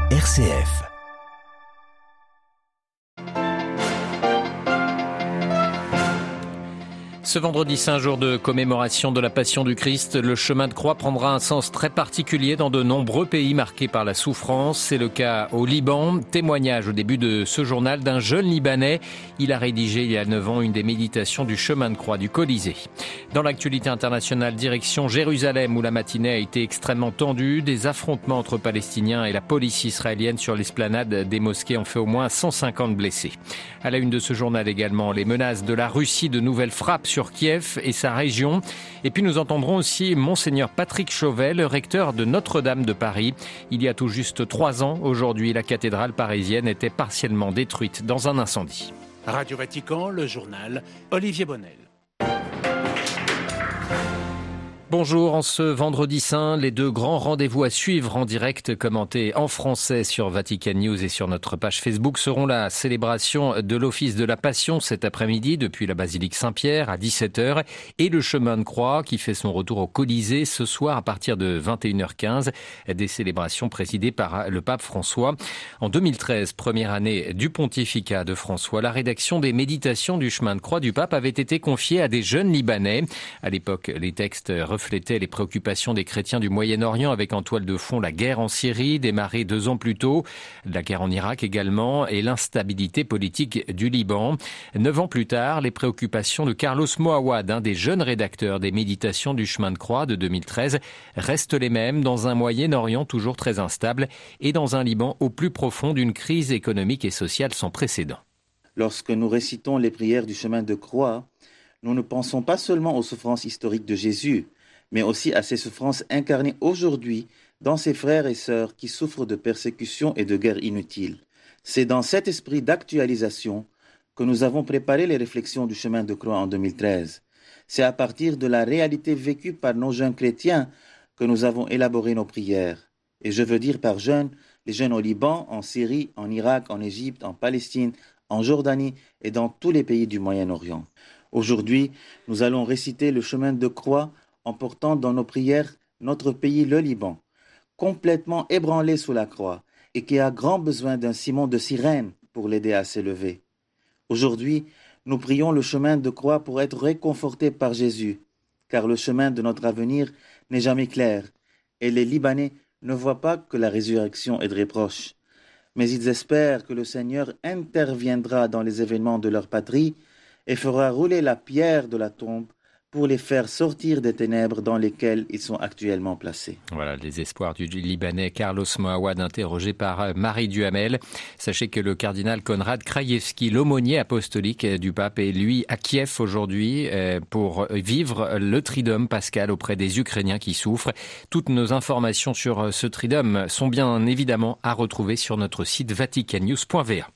RCF. Ce vendredi saint, jour de commémoration de la Passion du Christ, le chemin de croix prendra un sens très particulier dans de nombreux pays marqués par la souffrance. C'est le cas au Liban. Témoignage au début de ce journal d'un jeune Libanais. Il a rédigé il y a 9 ans une des méditations du chemin de croix du Colisée. Dans l'actualité internationale, direction Jérusalem où la matinée a été extrêmement tendue. Des affrontements entre Palestiniens et la police israélienne sur l'esplanade des mosquées ont fait au moins 150 blessés. À la une de ce journal également, les menaces de la Russie de nouvelles frappes sur Kiev et sa région. Et puis nous entendrons aussi Monseigneur Patrick Chauvet, le recteur de Notre-Dame de Paris. Il y a tout juste 3 ans, aujourd'hui, la cathédrale parisienne était partiellement détruite dans un incendie. Radio Vatican, le journal, Olivier Bonnel. Bonjour, en ce vendredi saint, les 2 grands rendez-vous à suivre en direct commentés en français sur Vatican News et sur notre page Facebook seront la célébration de l'Office de la Passion cet après-midi depuis la basilique Saint-Pierre à 17h et le chemin de croix qui fait son retour au Colisée ce soir à partir de 21h15, des célébrations présidées par le pape François. En 2013, première année du pontificat de François, la rédaction des méditations du chemin de croix du pape avait été confiée à des jeunes Libanais. À l'époque, les textes reflétait les préoccupations des chrétiens du Moyen-Orient avec en toile de fond la guerre en Syrie, démarrée 2 ans plus tôt, la guerre en Irak également et l'instabilité politique du Liban. 9 ans plus tard, les préoccupations de Carlos Moawad, un des jeunes rédacteurs des méditations du chemin de croix de 2013, restent les mêmes dans un Moyen-Orient toujours très instable et dans un Liban au plus profond d'une crise économique et sociale sans précédent. Lorsque nous récitons les prières du chemin de croix, nous ne pensons pas seulement aux souffrances historiques de Jésus, mais aussi à ses souffrances incarnées aujourd'hui dans ses frères et sœurs qui souffrent de persécutions et de guerres inutiles. C'est dans cet esprit d'actualisation que nous avons préparé les réflexions du chemin de croix en 2013. C'est à partir de la réalité vécue par nos jeunes chrétiens que nous avons élaboré nos prières. Et je veux dire par jeunes, les jeunes au Liban, en Syrie, en Irak, en Égypte, en Palestine, en Jordanie et dans tous les pays du Moyen-Orient. Aujourd'hui, nous allons réciter le chemin de croix en portant dans nos prières notre pays, le Liban, complètement ébranlé sous la croix et qui a grand besoin d'un Simon de Cyrène pour l'aider à s'élever. Aujourd'hui, nous prions le chemin de croix pour être réconfortés par Jésus, car le chemin de notre avenir n'est jamais clair et les Libanais ne voient pas que la résurrection est très proche. Mais ils espèrent que le Seigneur interviendra dans les événements de leur patrie et fera rouler la pierre de la tombe pour les faire sortir des ténèbres dans lesquelles ils sont actuellement placés. Voilà les espoirs du Libanais Carlos Moawad, interrogé par Marie Duhamel. Sachez que le cardinal Konrad Krajewski, l'aumônier apostolique du pape, est lui à Kiev aujourd'hui pour vivre le Triduum pascal auprès des Ukrainiens qui souffrent. Toutes nos informations sur ce Triduum sont bien évidemment à retrouver sur notre site vaticannews.va.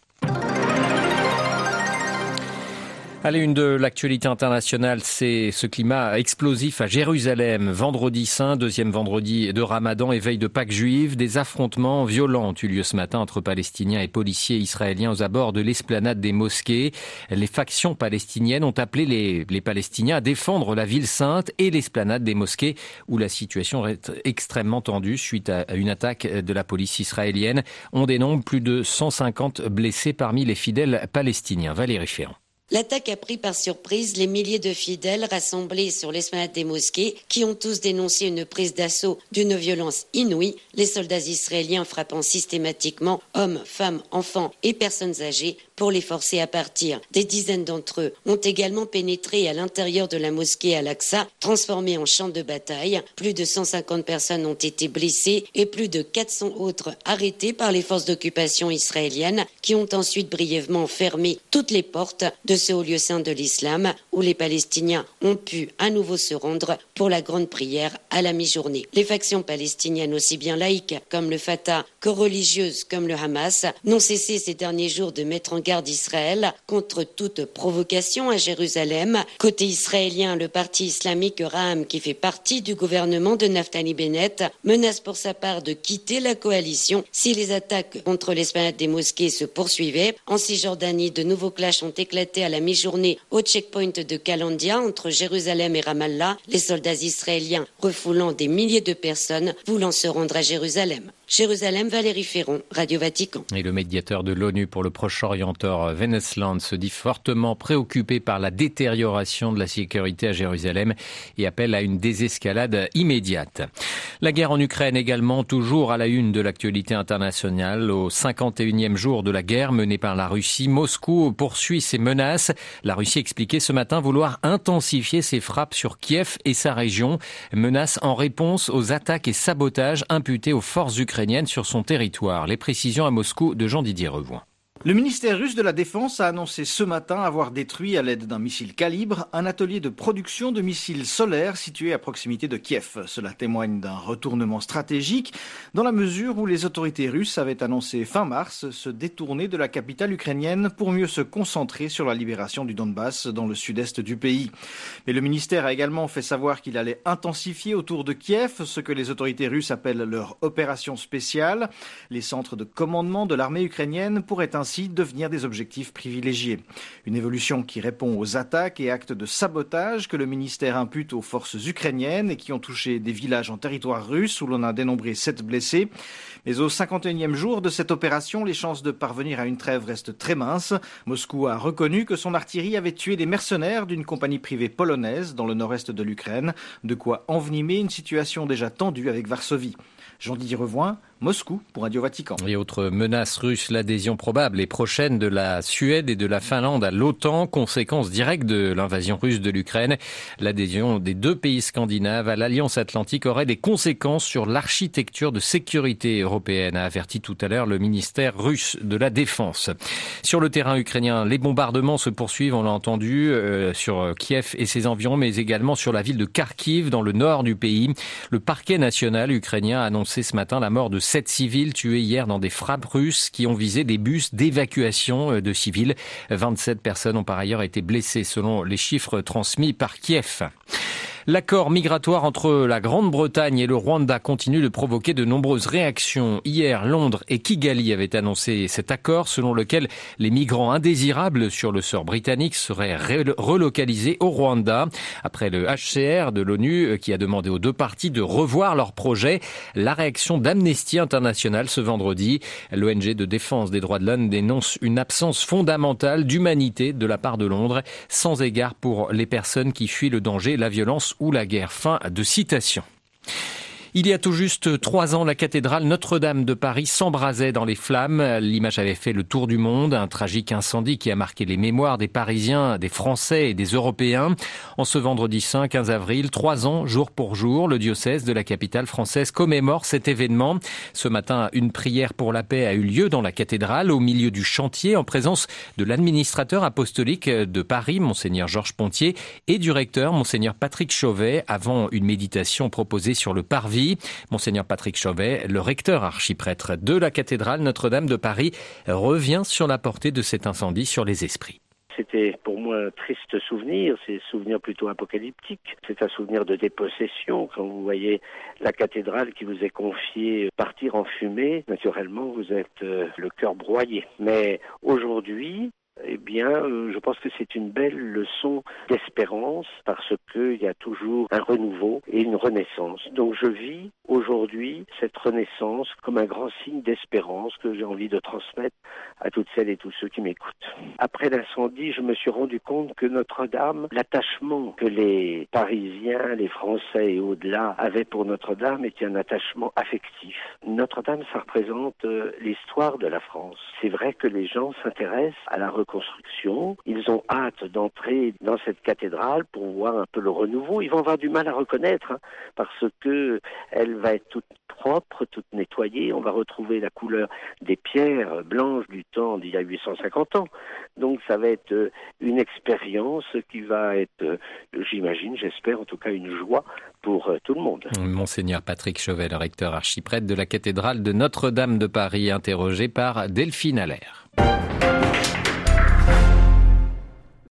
À la une de l'actualité internationale, c'est ce climat explosif à Jérusalem. Vendredi saint, 2e vendredi de Ramadan et veille de Pâques juive, des affrontements violents ont eu lieu ce matin entre Palestiniens et policiers israéliens aux abords de l'esplanade des mosquées. Les factions palestiniennes ont appelé les Palestiniens à défendre la ville sainte et l'esplanade des mosquées où la situation est extrêmement tendue suite à une attaque de la police israélienne. On dénombre plus de 150 blessés parmi les fidèles palestiniens. Valérie Ferrand. L'attaque a pris par surprise les milliers de fidèles rassemblés sur l'esplanade des mosquées qui ont tous dénoncé une prise d'assaut d'une violence inouïe, les soldats israéliens frappant systématiquement hommes, femmes, enfants et personnes âgées pour les forcer à partir. Des dizaines d'entre eux ont également pénétré à l'intérieur de la mosquée Al-Aqsa, transformée en champ de bataille. Plus de 150 personnes ont été blessées et plus de 400 autres arrêtées par les forces d'occupation israéliennes qui ont ensuite brièvement fermé toutes les portes de ce haut lieu saint de l'islam où les Palestiniens ont pu à nouveau se rendre pour la grande prière à la mi-journée. Les factions palestiniennes aussi bien laïques comme le Fatah que religieuses comme le Hamas n'ont cessé ces derniers jours de mettre en garde l'égard d'Israël contre toute provocation à Jérusalem. Côté israélien, le parti islamique Ra'am, qui fait partie du gouvernement de Naftali Bennett, menace pour sa part de quitter la coalition si les attaques contre l'esplanade des mosquées se poursuivaient. En Cisjordanie, de nouveaux clashs ont éclaté à la mi-journée au checkpoint de Kalandia entre Jérusalem et Ramallah, les soldats israéliens refoulant des milliers de personnes voulant se rendre à Jérusalem. Jérusalem, Valérie Ferron, Radio Vatican. Et le médiateur de l'ONU pour le Proche-Orient, Thor Wennesland, se dit fortement préoccupé par la détérioration de la sécurité à Jérusalem et appelle à une désescalade immédiate. La guerre en Ukraine également, toujours à la une de l'actualité internationale. Au 51e jour de la guerre menée par la Russie, Moscou poursuit ses menaces. La Russie expliquait ce matin vouloir intensifier ses frappes sur Kiev et sa région. Menaces en réponse aux attaques et sabotages imputés aux forces ukrainiennes sur son territoire. Les précisions à Moscou de Jean-Didier Revoin. Le ministère russe de la Défense a annoncé ce matin avoir détruit à l'aide d'un missile Calibre un atelier de production de missiles solaires situé à proximité de Kiev. Cela témoigne d'un retournement stratégique dans la mesure où les autorités russes avaient annoncé fin mars se détourner de la capitale ukrainienne pour mieux se concentrer sur la libération du Donbass dans le sud-est du pays. Mais le ministère a également fait savoir qu'il allait intensifier autour de Kiev ce que les autorités russes appellent leur opération spéciale. Les centres de commandement de l'armée ukrainienne pourraient ainsi devenir des objectifs privilégiés. Une évolution qui répond aux attaques et actes de sabotage que le ministère impute aux forces ukrainiennes et qui ont touché des villages en territoire russe où l'on a dénombré 7 blessés. Mais au 51e jour de cette opération, les chances de parvenir à une trêve restent très minces. Moscou a reconnu que son artillerie avait tué des mercenaires d'une compagnie privée polonaise dans le nord-est de l'Ukraine, de quoi envenimer une situation déjà tendue avec Varsovie. Jean-Didier Revoin, Moscou pour Radio Vatican. Et autre menace russe, l'adhésion probable et prochaine de la Suède et de la Finlande à l'OTAN, conséquence directe de l'invasion russe de l'Ukraine. L'adhésion des deux pays scandinaves à l'Alliance Atlantique aurait des conséquences sur l'architecture de sécurité européenne, a averti tout à l'heure le ministère russe de la Défense. Sur le terrain ukrainien, les bombardements se poursuivent, on l'a entendu, sur Kiev et ses environs, mais également sur la ville de Kharkiv, dans le nord du pays. Le parquet national ukrainien a annoncé ce matin la mort de 7 civils tués hier dans des frappes russes qui ont visé des bus d'évacuation de civils. 27 personnes ont par ailleurs été blessées selon les chiffres transmis par Kiev. L'accord migratoire entre la Grande-Bretagne et le Rwanda continue de provoquer de nombreuses réactions. Hier, Londres et Kigali avaient annoncé cet accord selon lequel les migrants indésirables sur le sol britannique seraient relocalisés au Rwanda. Après le HCR de l'ONU qui a demandé aux deux parties de revoir leur projet, la réaction d'Amnesty International ce vendredi. L'ONG de défense des droits de l'homme dénonce une absence fondamentale d'humanité de la part de Londres, sans égard pour les personnes qui fuient le danger, la violence ou la guerre. Fin de citation. Il y a tout juste 3 ans, la cathédrale Notre-Dame de Paris s'embrasait dans les flammes. L'image avait fait le tour du monde. Un tragique incendie qui a marqué les mémoires des Parisiens, des Français et des Européens. En ce vendredi saint 15 avril, 3 ans, jour pour jour, le diocèse de la capitale française commémore cet événement. Ce matin, une prière pour la paix a eu lieu dans la cathédrale, au milieu du chantier, en présence de l'administrateur apostolique de Paris, Monseigneur Georges Pontier, et du recteur, Monseigneur Patrick Chauvet, avant une méditation proposée sur le parvis. Monseigneur Patrick Chauvet, le recteur archiprêtre de la cathédrale Notre-Dame de Paris, revient sur la portée de cet incendie sur les esprits. C'était pour moi un triste souvenir, c'est un souvenir plutôt apocalyptique. C'est un souvenir de dépossession. Quand vous voyez la cathédrale qui vous est confiée partir en fumée, naturellement vous êtes le cœur broyé. Mais aujourd'hui, eh bien, je pense que c'est une belle leçon d'espérance parce qu'il y a toujours un renouveau et une renaissance. Donc je vis aujourd'hui cette renaissance comme un grand signe d'espérance que j'ai envie de transmettre à toutes celles et tous ceux qui m'écoutent. Après l'incendie, je me suis rendu compte que Notre-Dame, l'attachement que les Parisiens, les Français et au-delà avaient pour Notre-Dame était un attachement affectif. Notre-Dame, ça représente l'histoire de la France. C'est vrai que les gens s'intéressent à la reconstruction. Ils ont hâte d'entrer dans cette cathédrale pour voir un peu le renouveau. Ils vont avoir du mal à reconnaître parce que elle va être toute propre, toute nettoyée. On va retrouver la couleur des pierres blanches du temps d'il y a 850 ans. Donc ça va être une expérience qui va être, j'imagine, j'espère en tout cas une joie pour tout le monde. Monseigneur Patrick Chauvet, le recteur archiprêtre de la cathédrale de Notre-Dame de Paris, interrogé par Delphine Allaire.